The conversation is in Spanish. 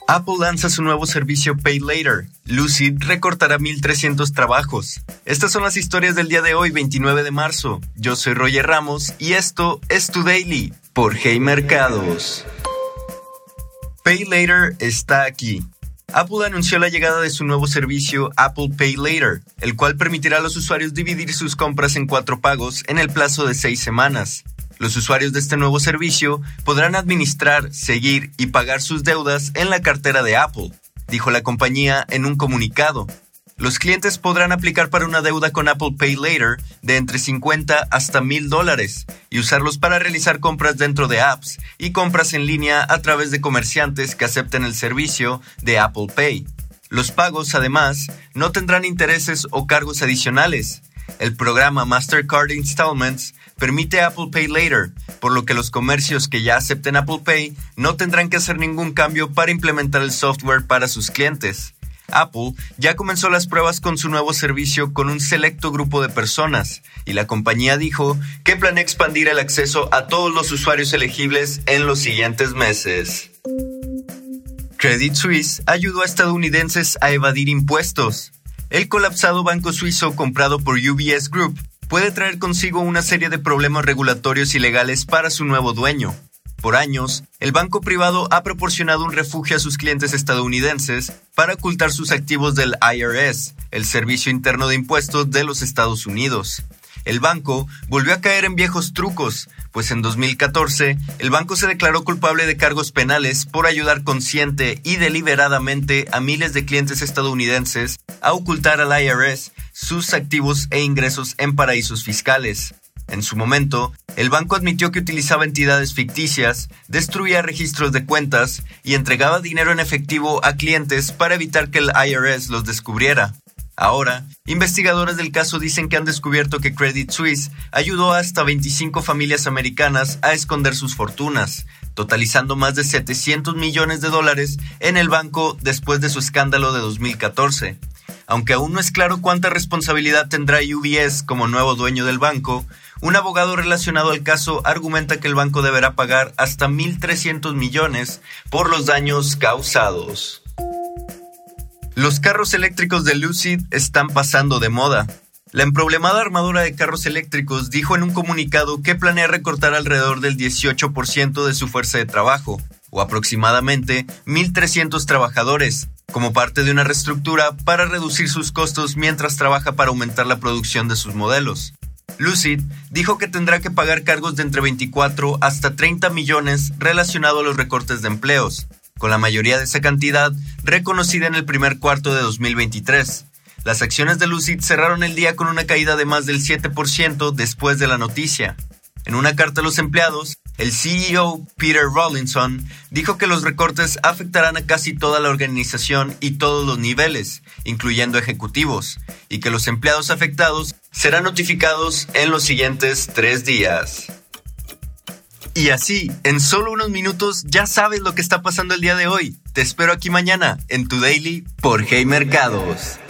Apple lanza su nuevo servicio Pay Later. Lucid recortará 1,300 trabajos. Estas son las historias del día de hoy, 29 de marzo. Yo soy Roger Ramos y esto es Tu Daily por Hey Mercados. Pay Later está aquí. Apple anunció la llegada de su nuevo servicio Apple Pay Later, el cual permitirá a los usuarios dividir sus compras en 4 pagos en el plazo de 6 semanas. Los usuarios de este nuevo servicio podrán administrar, seguir y pagar sus deudas en la cartera de Apple, dijo la compañía en un comunicado. Los clientes podrán aplicar para una deuda con Apple Pay Later de entre $50 hasta $1,000 y usarlos para realizar compras dentro de apps y compras en línea a través de comerciantes que acepten el servicio de Apple Pay. Los pagos, además, no tendrán intereses o cargos adicionales. El programa Mastercard Installments permite Apple Pay Later, por lo que los comercios que ya acepten Apple Pay no tendrán que hacer ningún cambio para implementar el software para sus clientes. Apple ya comenzó las pruebas con su nuevo servicio con un selecto grupo de personas, y la compañía dijo que planea expandir el acceso a todos los usuarios elegibles en los siguientes meses. Credit Suisse ayudó a estadounidenses a evadir impuestos. El colapsado banco suizo comprado por UBS Group puede traer consigo una serie de problemas regulatorios y legales para su nuevo dueño. Por años, el banco privado ha proporcionado un refugio a sus clientes estadounidenses para ocultar sus activos del IRS, el Servicio Interno de Impuestos de los Estados Unidos. El banco volvió a caer en viejos trucos, pues en 2014 el banco se declaró culpable de cargos penales por ayudar consciente y deliberadamente a miles de clientes estadounidenses a ocultar al IRS sus activos e ingresos en paraísos fiscales. En su momento, el banco admitió que utilizaba entidades ficticias, destruía registros de cuentas y entregaba dinero en efectivo a clientes para evitar que el IRS los descubriera. Ahora, investigadores del caso dicen que han descubierto que Credit Suisse ayudó a hasta 25 familias americanas a esconder sus fortunas, totalizando más de $700 millones en el banco después de su escándalo de 2014. Aunque aún no es claro cuánta responsabilidad tendrá UBS como nuevo dueño del banco, un abogado relacionado al caso argumenta que el banco deberá pagar hasta 1,300 millones por los daños causados. Los carros eléctricos de Lucid están pasando de moda. La emproblemada armadora de carros eléctricos dijo en un comunicado que planea recortar alrededor del 18% de su fuerza de trabajo, o aproximadamente 1,300 trabajadores, como parte de una reestructura para reducir sus costos mientras trabaja para aumentar la producción de sus modelos. Lucid dijo que tendrá que pagar cargos de entre 24 hasta 30 millones relacionados a los recortes de empleos, con la mayoría de esa cantidad reconocida en el primer cuarto de 2023. Las acciones de Lucid cerraron el día con una caída de más del 7% después de la noticia. En una carta a los empleados, el CEO Peter Rawlinson dijo que los recortes afectarán a casi toda la organización y todos los niveles, incluyendo ejecutivos, y que los empleados afectados serán notificados en los siguientes 3 días. Y así, en solo unos minutos ya sabes lo que está pasando el día de hoy. Te espero aquí mañana en Tu Daily por Hey Mercados.